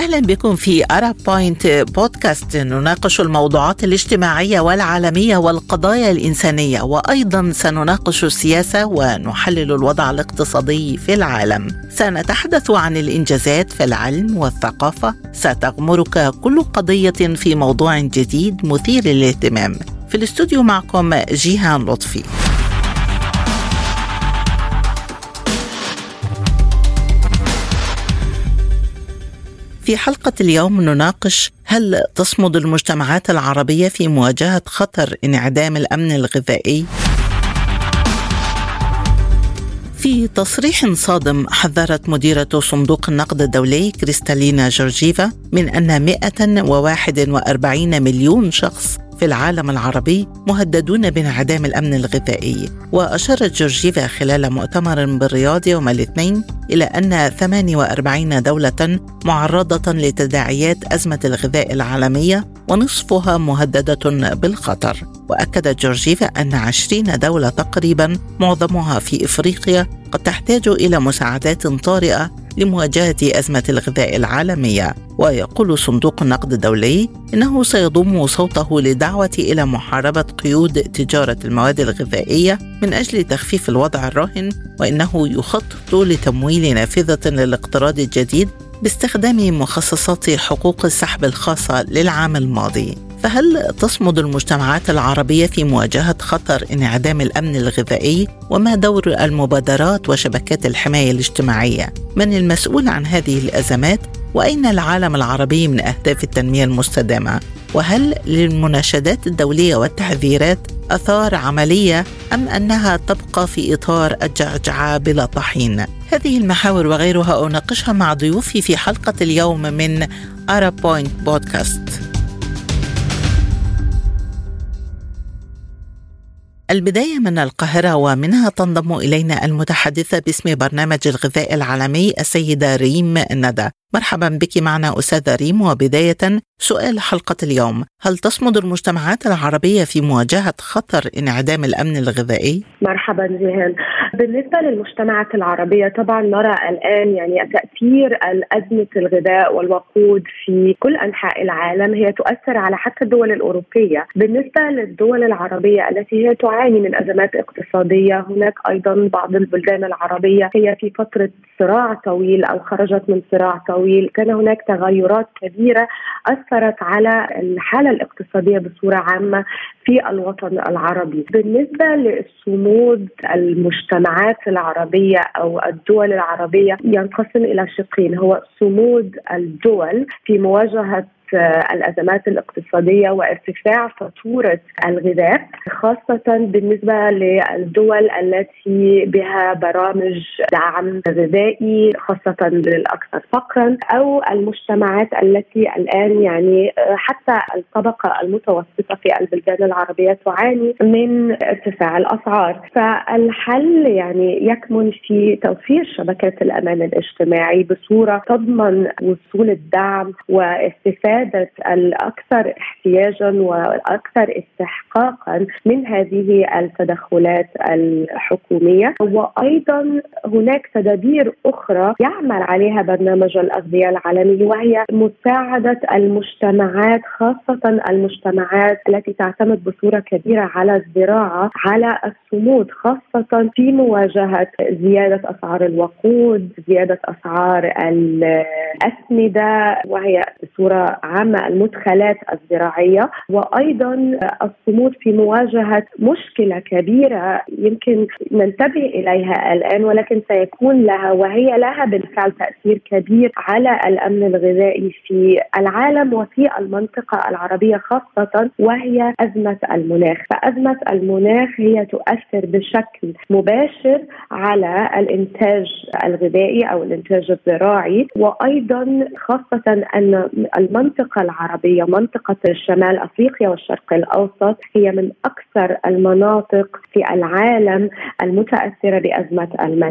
أهلا بكم في أرب بوينت بودكاست، نناقش الموضوعات الاجتماعية والعالمية والقضايا الإنسانية، وأيضا سنناقش السياسة ونحلل الوضع الاقتصادي في العالم. سنتحدث عن الإنجازات في العلم والثقافة. ستغمرك كل قضية في موضوع جديد مثير للاهتمام. في الاستوديو معكم جيهان لطفي. في حلقة اليوم نناقش: هل تصمد المجتمعات العربية في مواجهة خطر انعدام الأمن الغذائي؟ في تصريح صادم حذرت مديرة صندوق النقد الدولي كريستالينا جورجيفا من أن 141 مليون شخص في العالم العربي مهددون بانعدام الأمن الغذائي. وأشارت جورجيفا خلال مؤتمر بالرياض يوم الاثنين إلى أن 48 دولة معرضة لتداعيات أزمة الغذاء العالمية ونصفها مهددة بالخطر. وأكدت جورجيفا أن 20 دولة تقريبا معظمها في إفريقيا قد تحتاج إلى مساعدات طارئة لمواجهة أزمة الغذاء العالمية. ويقول صندوق النقد الدولي إنه سيضم صوته لدعوة إلى محاربة قيود تجارة المواد الغذائية من أجل تخفيف الوضع الراهن، وإنه يخطط لتمويل نافذة للاقتراض الجديد باستخدام مخصصات حقوق السحب الخاصة للعام الماضي. فهل تصمد المجتمعات العربية في مواجهة خطر انعدام الأمن الغذائي؟ وما دور المبادرات وشبكات الحماية الاجتماعية؟ من المسؤول عن هذه الأزمات؟ وأين العالم العربي من أهداف التنمية المستدامة؟ وهل للمناشدات الدولية والتحذيرات آثار عملية أم أنها تبقى في إطار الجعجعة بلا طحين؟ هذه المحاور وغيرها أناقشها مع ضيوفي في حلقة اليوم من أرب بوينت بودكاست. البداية من القاهرة، ومنها تنضم إلينا المتحدثة باسم برنامج الغذاء العالمي السيدة ريم ندى. مرحبا بك معنا أستاذة ريم. وبداية سؤال حلقة اليوم: هل تصمد المجتمعات العربية في مواجهة خطر انعدام الأمن الغذائي؟ مرحبا جيهان. بالنسبة للمجتمعات العربية طبعا نرى الآن تأثير أزمة الغذاء والوقود في كل أنحاء العالم، هي تؤثر على حتى الدول الأوروبية. بالنسبة للدول العربية التي هي تعاني من أزمات اقتصادية، هناك أيضا بعض البلدان العربية هي في فترة صراع طويل أو خرجت من صراع طويل. كان هناك تغيرات كبيرة أثرت على الحالة الاقتصادية بصورة عامة في الوطن العربي. بالنسبة للصمود المجتمعات العربية أو الدول العربية ينقسم إلى شقين: هو صمود الدول في مواجهة الأزمات الاقتصادية وارتفاع فاتورة الغذاء، خاصة بالنسبة للدول التي بها برامج دعم غذائي خاصة للأكثر فقرا، أو المجتمعات التي الآن حتى الطبقة المتوسطة في البلدان العربية تعاني من ارتفاع الأسعار. فالحل يكمن في توفير شبكات الأمان الاجتماعي بصورة تضمن وصول الدعم واستفادة الأكثر احتياجا والأكثر استحقاقا من هذه التدخلات الحكومية. وأيضا هناك تدابير أخرى يعمل عليها برنامج الأغذية العالمي، وهي مساعدة المجتمعات، خاصة المجتمعات التي تعتمد بصورة كبيرة على الزراعة، على الصمود، خاصة في مواجهة زيادة أسعار الوقود، زيادة أسعار الأسمدة، وهي بصورة عامة المدخلات الزراعية. وأيضا الصمود في مواجهة مشكلة كبيرة يمكن ننتبه إليها الآن، ولكن سيكون لها وهي لها بالفعل تأثير كبير على الأمن الغذائي في العالم وفي المنطقة العربية خاصة، وهي أزمة المناخ. فأزمة المناخ هي تؤثر بشكل مباشر على الإنتاج الغذائي أو الإنتاج الزراعي، وأيضا خاصة أن المنطقة العربية، منطقة شمال أفريقيا والشرق الأوسط، هي من أكثر المناطق في العالم المتأثرة بأزمة المناخ.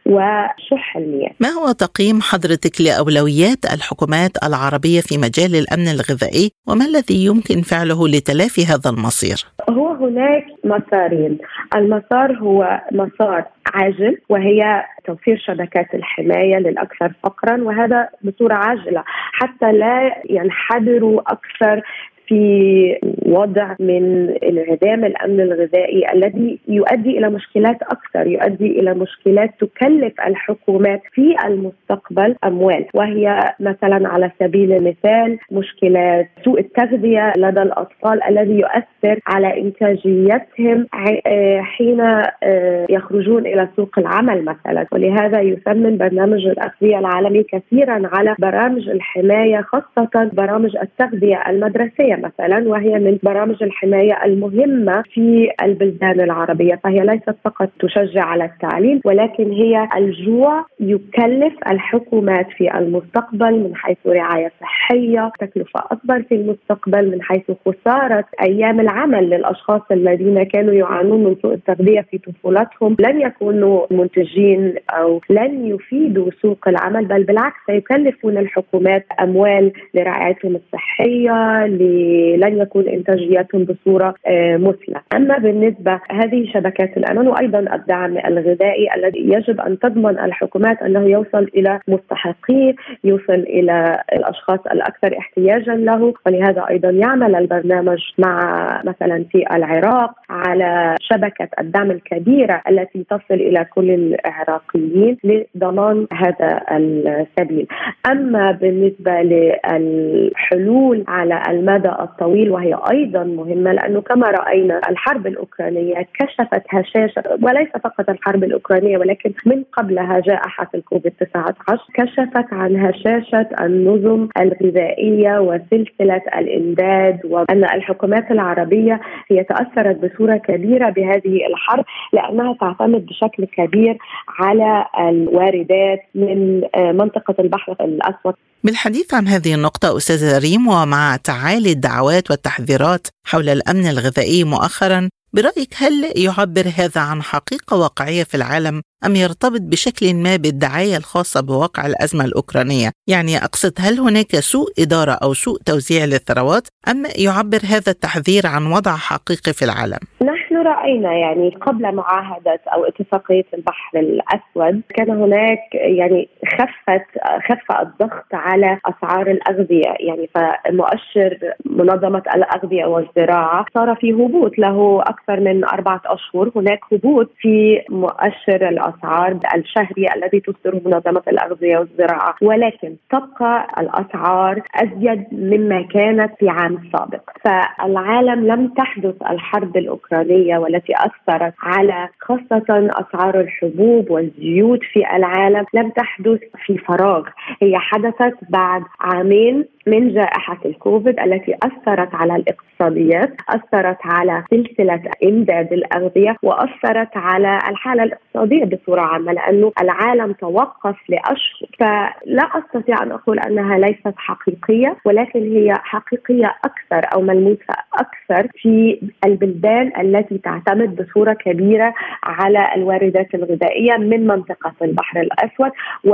وشح المياه. ما هو تقييم حضرتك لأولويات الحكومات العربية في مجال الأمن الغذائي، وما الذي يمكن فعله لتلافي هذا المصير؟ هو هناك مسارين. المسار هو مسار عاجل، وهي توفير شبكات الحماية للأكثر فقرا، وهذا بصورة عاجلة حتى لا ينحدروا أكثر في وضع من انعدام الأمن الغذائي الذي يؤدي إلى مشكلات أكثر، يؤدي إلى مشكلات تكلف الحكومات في المستقبل أموال، وهي مثلا على سبيل المثال مشكلات سوء التغذية لدى الأطفال الذي يؤثر على إنتاجيتهم حين يخرجون إلى سوق العمل مثلا. ولهذا يثمن برنامج الأغذية العالمي كثيرا على برامج الحماية، خاصة برامج التغذية المدرسية مثلا، وهي من برامج الحماية المهمة في البلدان العربية. فهي ليست فقط تشجع على التعليم، ولكن هي الجوع يكلف الحكومات في المستقبل من حيث رعاية صحية، تكلفة أكبر في المستقبل من حيث خسارة أيام العمل للأشخاص الذين كانوا يعانون من سوء التغذية في طفولتهم، لن يكونوا منتجين أو لن يفيدوا سوق العمل، بل بالعكس سيكلفون الحكومات أموال لرعايتهم الصحية، لن يكون إنتاجيتهم بصورة مثلى. أما بالنسبة هذه شبكات الأمان وأيضا الدعم الغذائي الذي يجب أن تضمن الحكومات أنه يوصل إلى مستحقيه، يوصل إلى الأشخاص الأكثر احتياجا له. ولهذا أيضا يعمل البرنامج مع مثلا في العراق على شبكة الدعم الكبيرة التي تصل إلى كل العراقيين لضمان هذا السبيل. أما بالنسبة للحلول على المدى الطويل، وهي أيضا مهمة، لأنه كما رأينا الحرب الأوكرانية كشفت هشاشة، وليس فقط الحرب الأوكرانية ولكن من قبلها جائحة الكوفيد-19 كشفت عن هشاشة النظم الغذائية وسلسلة الإمداد، وأن الحكومات العربية هي تأثرت بصورة كبيرة بهذه الحرب لأنها تعتمد بشكل كبير على الواردات من منطقة البحر الأسود. بالحديث عن هذه النقطة أستاذة ريم، ومع تعالي الدعوات والتحذيرات حول الأمن الغذائي مؤخرا، برأيك هل يعبر هذا عن حقيقة واقعية في العالم أم يرتبط بشكل ما بالدعاية الخاصة بواقع الأزمة الأوكرانية؟ يعني أقصد، هل هناك سوء إدارة أو سوء توزيع للثروات، أم يعبر هذا التحذير عن وضع حقيقي في العالم؟ نحن رأينا يعني قبل معاهدة أو اتفاقية البحر الأسود كان هناك يعني خف الضغط على أسعار الأغذية، يعني فمؤشر منظمة الأغذية والزراعة صار في هبوط له أكثر من 4 أشهر. هناك هبوط في مؤشر الأسعار الشهري الذي تصدره منظمة الأغذية والزراعة، ولكن تبقى الأسعار أزيد مما كانت في عام سابق. فالعالم لم تحدث الحرب الأوكرانية والتي أثرت على خاصة أسعار الحبوب والزيوت في العالم لم تحدث في فراغ، هي حدثت بعد عامين من جائحة الكوفيد التي أثرت على الاقتصاديات، أثرت على سلسلة إمداد الأغذية، وأثرت على الحالة الاقتصادية بصورة عامة، لأنه العالم توقف لأشهر. فلا أستطيع أن أقول أنها ليست حقيقية، ولكن هي حقيقية أكثر أو ملموسة أكثر في البلدان التي تعتمد بصورة كبيرة على الواردات الغذائية من منطقة البحر الأسود.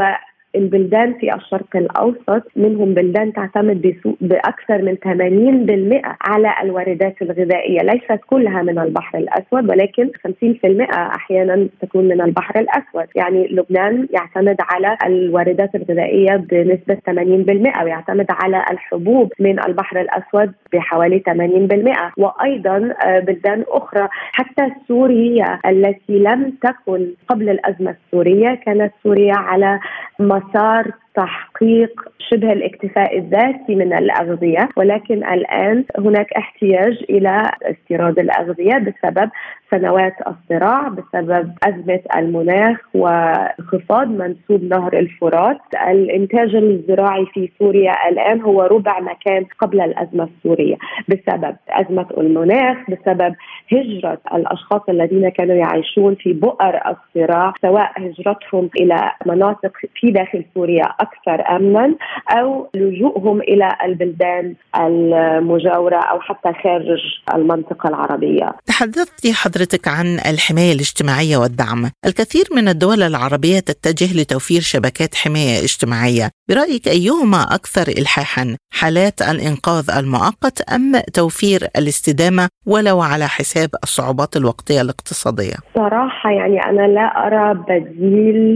البلدان في الشرق الأوسط منهم بلدان تعتمد بأكثر من 80% على الواردات الغذائية، ليست كلها من البحر الأسود ولكن 50% أحيانا تكون من البحر الأسود. يعني لبنان يعتمد على الواردات الغذائية بنسبة 80%، ويعتمد على الحبوب من البحر الأسود بحوالي 80%، وأيضا بلدان أخرى حتى سوريا التي لم تكن قبل الأزمة السورية، كانت سوريا على مسار تحقيق شبه الاكتفاء الذاتي من الأغذية، ولكن الآن هناك احتياج إلى استيراد الأغذية بسبب سنوات الصراع، بسبب أزمة المناخ وانخفاض منسوب نهر الفرات. الإنتاج الزراعي في سوريا الآن هو ربع ما كان قبل الأزمة السورية بسبب أزمة المناخ، بسبب هجرة الأشخاص الذين كانوا يعيشون في بؤر الصراع، سواء هجرتهم إلى مناطق في داخل سوريا أكثر أمنا أو لجوءهم إلى البلدان المجاورة أو حتى خارج المنطقة العربية. تحدثتي حضرتك عن الحماية الاجتماعية والدعم. الكثير من الدول العربية تتجه لتوفير شبكات حماية اجتماعية، برأيك أيهما أكثر إلحاحا، حالات الإنقاذ المؤقت أم توفير الاستدامة ولو على حساب الصعوبات الوقتية الاقتصادية؟ صراحة أنا لا أرى بديل،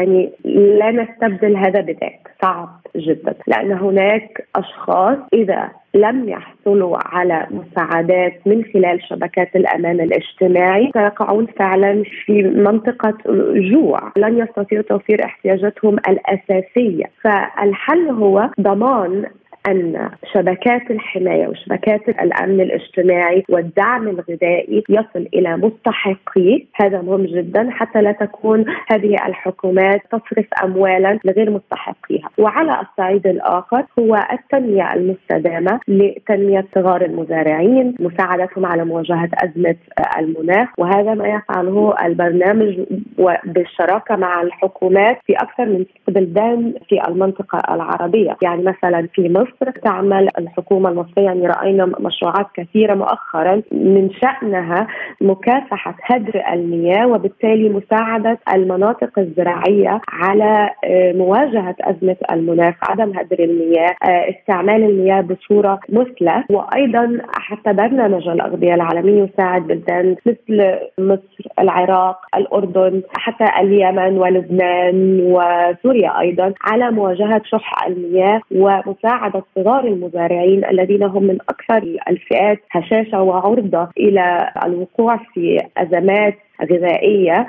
لا نستبدل هذا بذاك، صعب جدا، لأن هناك أشخاص إذا لم يحصلوا على مساعدات من خلال شبكات الأمان الاجتماعي سيقعون فعلا في منطقة جوع، لن يستطيعوا توفير احتياجاتهم الأساسية. فالحل هو ضمان أن شبكات الحماية وشبكات الأمن الاجتماعي والدعم الغذائي يصل إلى مستحقيه. هذا مهم جدا حتى لا تكون هذه الحكومات تصرف أموالا لغير مستحقيها. وعلى الصعيد الآخر هو التنمية المستدامة لتنمية صغار المزارعين، مساعدتهم على مواجهة أزمة المناخ، وهذا ما يفعله البرنامج بالشراكة مع الحكومات في أكثر من 6 بلدان في المنطقة العربية. مثلا في مصر تعمل الحكومة المصرية، رأينا مشروعات كثيرة مؤخرا من شأنها مكافحة هدر المياه وبالتالي مساعدة المناطق الزراعية على مواجهة أزمة المناخ، عدم هدر المياه، استعمال المياه بصورة مثلى. وأيضا حتى برنامج الأغذية العالمي يساعد بلدان مثل مصر، العراق، الأردن، حتى اليمن ولبنان وسوريا أيضا على مواجهة شح المياه ومساعدة صغار المزارعين الذين هم من أكثر الفئات هشاشة وعرضة إلى الوقوع في أزمات غذائية،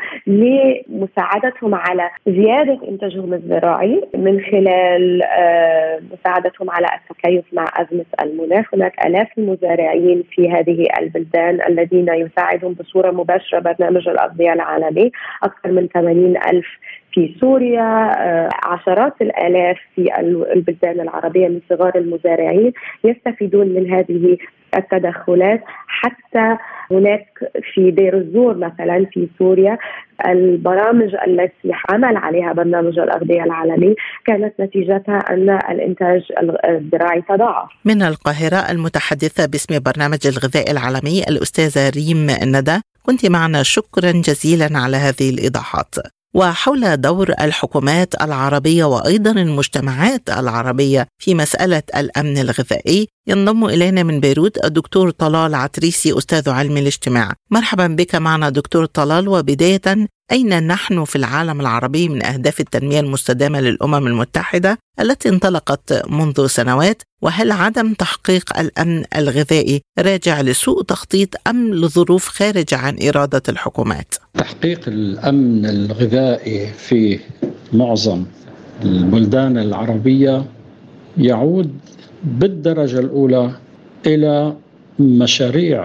لمساعدتهم على زيادة إنتاجهم الزراعي من خلال مساعدتهم على التكيف مع أزمة المناخ. هناك آلاف المزارعين في هذه البلدان الذين يساعدهم بصورة مباشرة برنامج الأغذية العالمي، أكثر من 80,000 في سوريا، عشرات الآلاف في البلدان العربية من صغار المزارعين يستفيدون من هذه التدخلات. حتى هناك في دير الزور مثلا في سوريا البرامج التي عمل عليها برنامج الأغذية العالمي كانت نتيجتها أن الإنتاج الزراعي تضاعف. من القاهرة المتحدثة باسم برنامج الغذاء العالمي الأستاذة ريم ندى، كنت معنا، شكرا جزيلا على هذه الإيضاحات. وحول دور الحكومات العربية وأيضا المجتمعات العربية في مسألة الأمن الغذائي ينضم إلينا من بيروت الدكتور طلال عتريسي، أستاذ علم الاجتماع. مرحبا بك معنا دكتور طلال. وبداية، أين نحن في العالم العربي من أهداف التنمية المستدامة للأمم المتحدة التي انطلقت منذ سنوات؟ وهل عدم تحقيق الأمن الغذائي راجع لسوء تخطيط أم لظروف خارجة عن إرادة الحكومات؟ تحقيق الأمن الغذائي في معظم البلدان العربية يعود بالدرجة الأولى إلى مشاريع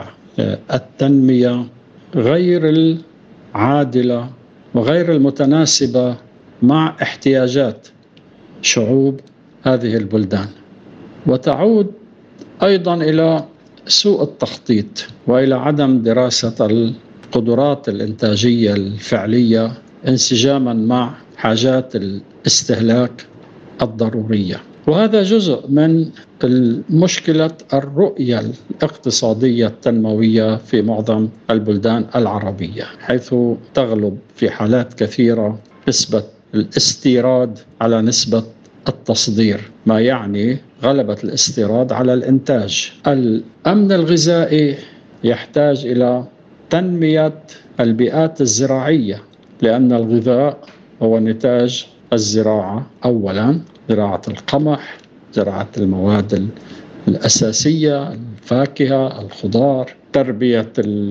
التنمية غير العادلة وغير المتناسبة مع احتياجات شعوب هذه البلدان، وتعود أيضا إلى سوء التخطيط وإلى عدم دراسة القدرات الإنتاجية الفعلية انسجاما مع حاجات الاستهلاك الضرورية. وهذا جزء من المشكلة الرؤية الاقتصادية التنموية في معظم البلدان العربية، حيث تغلب في حالات كثيرة نسبة الاستيراد على نسبة التصدير، ما يعني غلبة الاستيراد على الإنتاج. الأمن الغذائي يحتاج إلى تنمية البيئات الزراعية، لأن الغذاء هو نتاج الزراعة أولاً، زراعة القمح، زراعة المواد الأساسية، الفاكهة، الخضار، تربية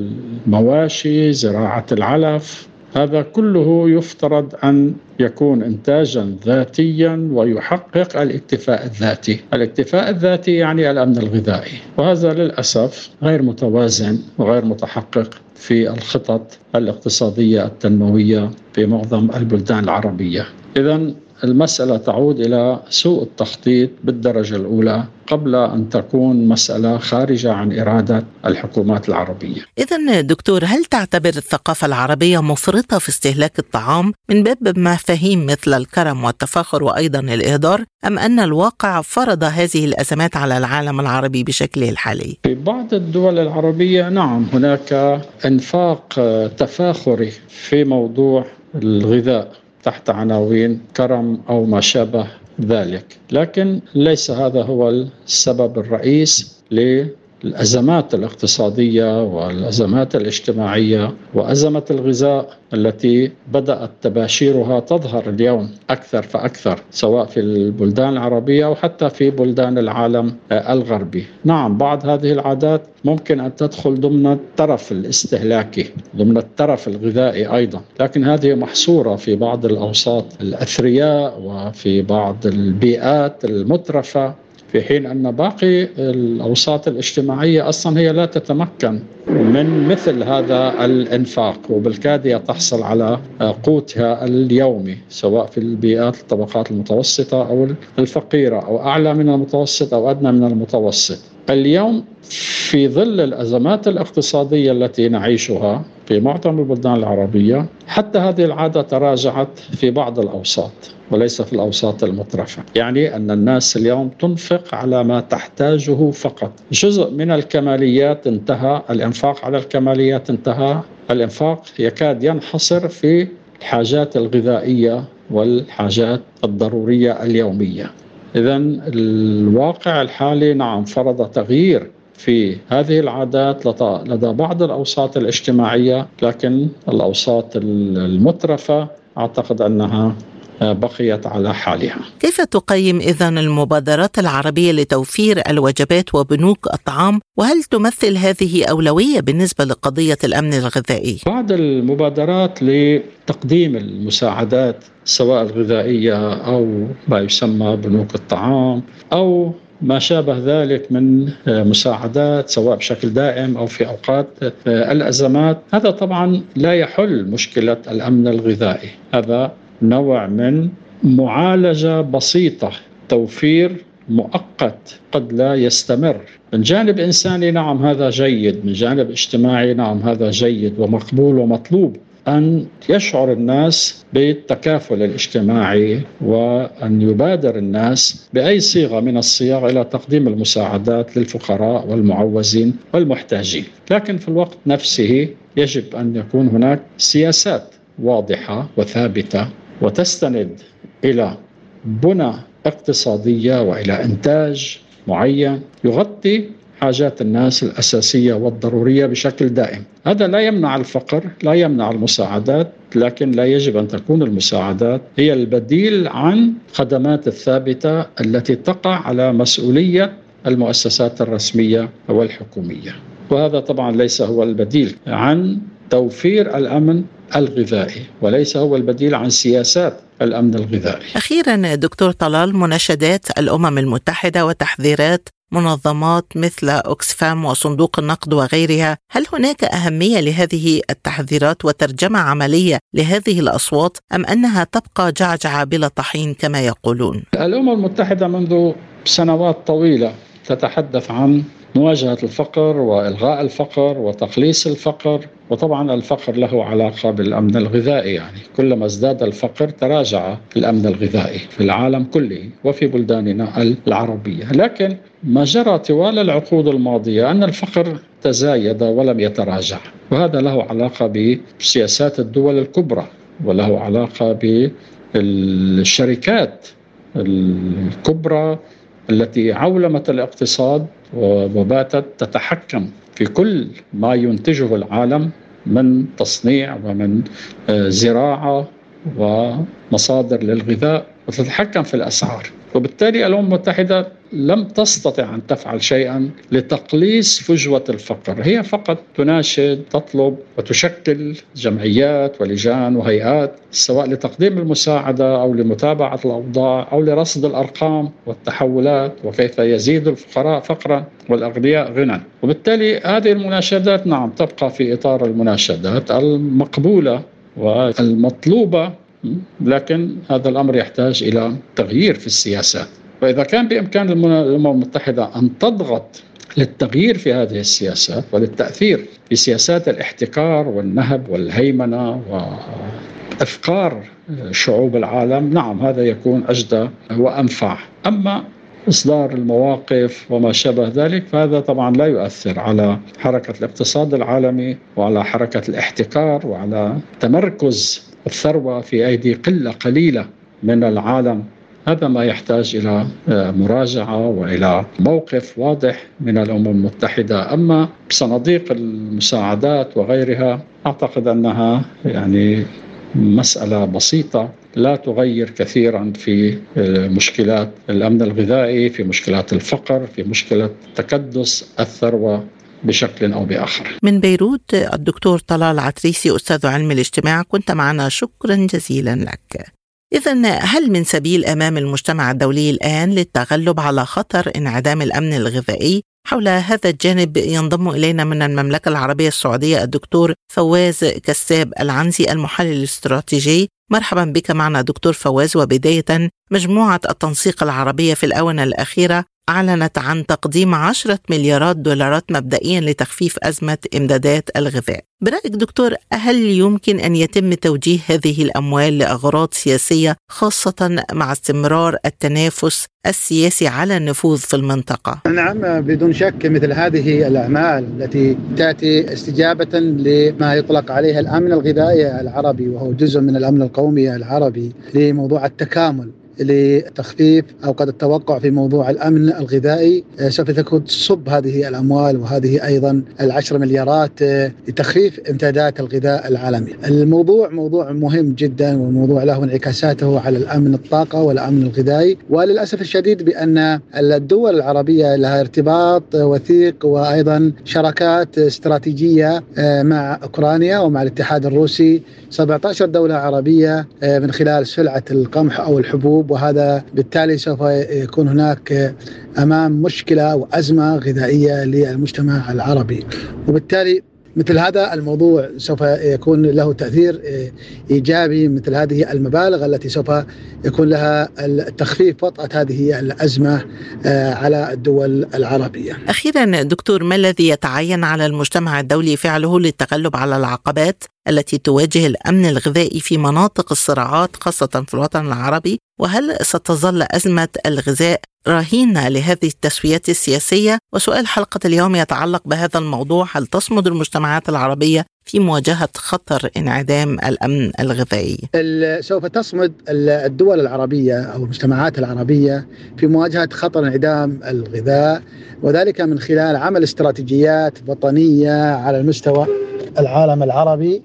المواشي، زراعة العلف. هذا كله يفترض أن يكون إنتاجا ذاتيا ويحقق الاكتفاء الذاتي. الاكتفاء الذاتي يعني الأمن الغذائي، وهذا للأسف غير متوازن وغير متحقق في الخطط الاقتصادية التنموية في معظم البلدان العربية. إذن المسألة تعود إلى سوء التخطيط بالدرجة الأولى قبل أن تكون مسألة خارجة عن إرادة الحكومات العربية. إذن دكتور، هل تعتبر الثقافة العربية مفرطة في استهلاك الطعام من باب مفاهيم مثل الكرم والتفاخر وأيضا الإهدار، أم أن الواقع فرض هذه الأزمات على العالم العربي بشكله الحالي؟ في بعض الدول العربية نعم، هناك إنفاق تفاخري في موضوع الغذاء تحت عناوين كرم أو ما شابه ذلك، لكن ليس هذا هو السبب الرئيس للأزمات الاقتصادية والأزمات الاجتماعية وأزمة الغذاء التي بدأت تباشيرها تظهر اليوم أكثر فأكثر، سواء في البلدان العربية أو حتى في بلدان العالم الغربي. نعم، بعض هذه العادات ممكن أن تدخل ضمن الترف الاستهلاكي، ضمن الترف الغذائي أيضا، لكن هذه محصورة في بعض الأوساط الأثرياء وفي بعض البيئات المترفة، في حين أن باقي الأوساط الاجتماعية أصلا هي لا تتمكن من مثل هذا الإنفاق، وبالكاد تحصل على قوتها اليومي، سواء في البيئات الطبقات المتوسطة أو الفقيرة أو أعلى من المتوسط أو أدنى من المتوسط. اليوم في ظل الأزمات الاقتصادية التي نعيشها في معظم البلدان العربية، حتى هذه العادة تراجعت في بعض الأوساط وليس في الأوساط المترفة. يعني أن الناس اليوم تنفق على ما تحتاجه فقط. جزء من الكماليات انتهى، الإنفاق على الكماليات انتهى، الإنفاق يكاد ينحصر في الحاجات الغذائية والحاجات الضرورية اليومية. إذن الواقع الحالي نعم فرض تغيير في هذه العادات لدى بعض الأوساط الاجتماعية، لكن الأوساط المترفة أعتقد أنها بقيت على حالها. كيف تقيم إذن المبادرات العربية لتوفير الوجبات وبنوك الطعام، وهل تمثل هذه أولوية بالنسبة لقضية الأمن الغذائي؟ بعض المبادرات لتقديم المساعدات سواء الغذائية أو ما يسمى بنوك الطعام أو ما شابه ذلك من مساعدات سواء بشكل دائم أو في أوقات الأزمات، هذا طبعا لا يحل مشكلة الأمن الغذائي. هذا نوع من معالجة بسيطة، توفير مؤقت قد لا يستمر. من جانب إنساني نعم هذا جيد، من جانب اجتماعي نعم هذا جيد ومقبول ومطلوب، أن يشعر الناس بالتكافل الاجتماعي وأن يبادر الناس بأي صيغة من الصيغ إلى تقديم المساعدات للفقراء والمعوزين والمحتاجين. لكن في الوقت نفسه يجب أن يكون هناك سياسات واضحة وثابتة وتستند إلى بنى اقتصادية وإلى إنتاج معين يغطي حاجات الناس الأساسية والضرورية بشكل دائم. هذا لا يمنع الفقر، لا يمنع المساعدات، لكن لا يجب أن تكون المساعدات هي البديل عن الخدمات الثابتة التي تقع على مسؤولية المؤسسات الرسمية والحكومية. وهذا طبعا ليس هو البديل عن توفير الأمن الغذائي، وليس هو البديل عن سياسات الأمن الغذائي. أخيرا دكتور طلال، مناشدات الأمم المتحدة وتحذيرات منظمات مثل أوكسفام وصندوق النقد وغيرها، هل هناك أهمية لهذه التحذيرات وترجمة عملية لهذه الأصوات، أم أنها تبقى جعجعة بلا طحين كما يقولون؟ الأمم المتحدة منذ سنوات طويلة تتحدث عن مواجهة الفقر وإلغاء الفقر وتقليص الفقر، وطبعا الفقر له علاقة بالأمن الغذائي، يعني كلما ازداد الفقر تراجع الأمن الغذائي في العالم كله وفي بلداننا العربية. لكن ما جرى طوال العقود الماضية أن الفقر تزايد ولم يتراجع، وهذا له علاقة بسياسات الدول الكبرى وله علاقة بالشركات الكبرى التي عولمت الاقتصاد وباتت تتحكم في كل ما ينتجه العالم من تصنيع ومن زراعة ومصادر للغذاء، وتتحكم في الأسعار. وبالتالي الأمم المتحدة لم تستطع أن تفعل شيئا لتقليص فجوة الفقر، هي فقط تناشد، تطلب وتشكل جمعيات ولجان وهيئات سواء لتقديم المساعدة أو لمتابعة الأوضاع أو لرصد الأرقام والتحولات وكيف يزيد الفقراء فقرا والأغنياء غنى. وبالتالي هذه المناشدات نعم تبقى في إطار المناشدات المقبولة والمطلوبة لكن هذا الأمر يحتاج إلى تغيير في السياسات. وإذا كان بإمكان الأمم المتحدة أن تضغط للتغيير في هذه السياسات وللتأثير في سياسات الاحتكار والنهب والهيمنة وإفقار شعوب العالم، نعم هذا يكون أجدى وأنفع. أما إصدار المواقف وما شابه ذلك فهذا طبعا لا يؤثر على حركة الاقتصاد العالمي وعلى حركة الاحتكار وعلى تمركز الثروة في أيدي قلة قليلة من العالم. هذا ما يحتاج إلى مراجعة وإلى موقف واضح من الأمم المتحدة. أما صناديق المساعدات وغيرها أعتقد أنها مسألة بسيطة لا تغير كثيرا في مشكلات الأمن الغذائي، في مشكلات الفقر، في مشكلة تكدس الثروة بشكل أو بآخر. من بيروت الدكتور طلال عتريسي أستاذ علم الاجتماع، كنت معنا، شكرا جزيلا لك. إذن هل من سبيل أمام المجتمع الدولي الآن للتغلب على خطر انعدام الأمن الغذائي؟ حول هذا الجانب ينضم إلينا من المملكة العربية السعودية الدكتور فواز كساب العنزي المحلل الاستراتيجي. مرحبا بك معنا دكتور فواز. وبداية، مجموعة التنسيق العربية في الآونة الأخيرة أعلنت عن تقديم 10 مليارات دولارات مبدئيا لتخفيف أزمة إمدادات الغذاء. برأيك دكتور، هل يمكن أن يتم توجيه هذه الأموال لأغراض سياسية، خاصة مع استمرار التنافس السياسي على النفوذ في المنطقة؟ نعم، بدون شك مثل هذه الأعمال التي تأتي استجابة لما يطلق عليها الأمن الغذائي العربي، وهو جزء من الأمن القومي العربي، لموضوع التكامل لتخفيف أو قد التوقع في موضوع الأمن الغذائي، سوف تكون تصب هذه الأموال وهذه أيضا 10 مليارات لتخفيف امدادات الغذاء العالمي. الموضوع موضوع مهم جدا، وموضوع له انعكاساته على الأمن الطاقة والأمن الغذائي. وللأسف الشديد بأن الدول العربية لها ارتباط وثيق وأيضا شراكات استراتيجية مع أوكرانيا ومع الاتحاد الروسي، 17 دولة عربية من خلال سلعة القمح أو الحبوب، وهذا بالتالي سوف يكون هناك أمام مشكلة وأزمة غذائية للمجتمع العربي. وبالتالي مثل هذا الموضوع سوف يكون له تأثير إيجابي، مثل هذه المبالغ التي سوف يكون لها تخفيف وطأة هذه الأزمة على الدول العربية. أخيرا دكتور، ما الذي يتعين على المجتمع الدولي فعله للتغلب على العقبات التي تواجه الأمن الغذائي في مناطق الصراعات خاصة في الوطن العربي؟ وهل ستظل أزمة الغذاء رهينة لهذه التسويات السياسية؟ وسؤال حلقة اليوم يتعلق بهذا الموضوع: هل تصمد المجتمعات العربية في مواجهة خطر انعدام الأمن الغذائي؟ سوف تصمد الدول العربية أو المجتمعات العربية في مواجهة خطر انعدام الغذاء، وذلك من خلال عمل استراتيجيات وطنية على المستوى العالم العربي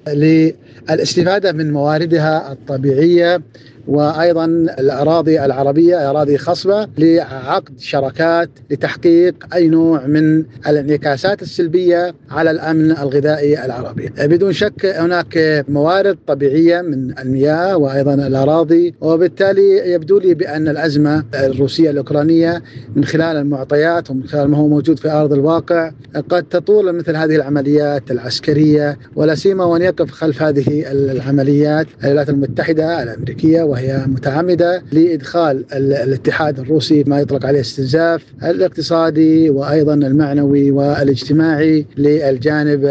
للاستفادة من مواردها الطبيعية، وأيضا الأراضي العربية أراضي خصبة، لعقد شراكات لتحقيق أي نوع من الانعكاسات السلبية على الأمن الغذائي العربي. بدون شك هناك موارد طبيعية من المياه وأيضا الأراضي، وبالتالي يبدو لي بأن الأزمة الروسية الأوكرانية من خلال المعطيات ومن خلال ما هو موجود في أرض الواقع قد تطول مثل هذه العمليات العسكرية، ولا سيما وأن يقف خلف هذه العمليات الولايات المتحدة الأمريكية، وهي متعمدة لإدخال الاتحاد الروسي ما يطلق عليه استنزاف الاقتصادي وأيضا المعنوي والاجتماعي للجانب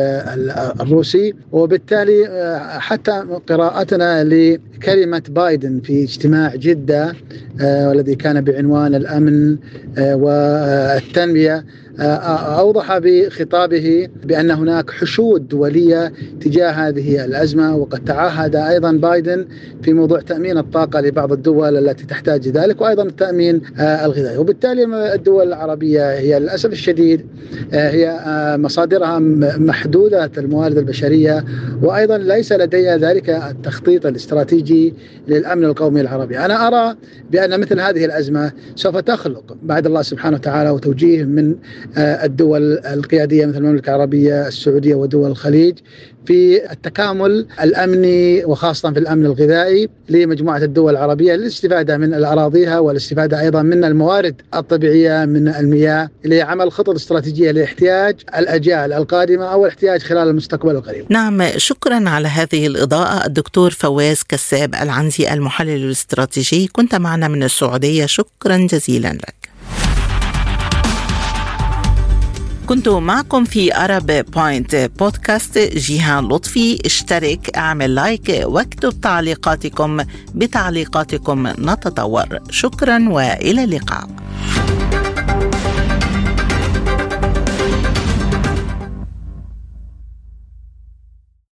الروسي. وبالتالي حتى قراءتنا لكلمة بايدن في اجتماع جدة والذي كان بعنوان الأمن والتنمية أوضح بخطابه بأن هناك حشود دولية تجاه هذه الأزمة، وقد تعهد أيضا بايدن في موضوع تأمين الطاقة لبعض الدول التي تحتاج ذلك، وأيضا التأمين الغذائي. وبالتالي الدول العربية هي للأسف الشديد هي مصادرها محدودة الموارد البشرية، وأيضا ليس لديها ذلك التخطيط الاستراتيجي للأمن القومي العربي. أنا أرى بأن مثل هذه الأزمة سوف تخلق بعد الله سبحانه وتعالى وتوجيه من الدول القيادية مثل المملكة العربية السعودية ودول الخليج في التكامل الأمني وخاصة في الأمن الغذائي لمجموعة الدول العربية للاستفادة من الأراضيها والاستفادة أيضا من الموارد الطبيعية من المياه لعمل خطط استراتيجية لاحتياج الأجيال القادمة أو الاحتياج خلال المستقبل القريب. نعم، شكرا على هذه الإضاءة الدكتور فواز كساب العنزي المحلل الاستراتيجي، كنت معنا من السعودية، شكرا جزيلا لك. كنت معكم في أرب بوينت بودكاست جيهان لطفي. اشترك، اعمل لايك واكتب تعليقاتكم، بتعليقاتكم نتطور. شكرا وإلى اللقاء.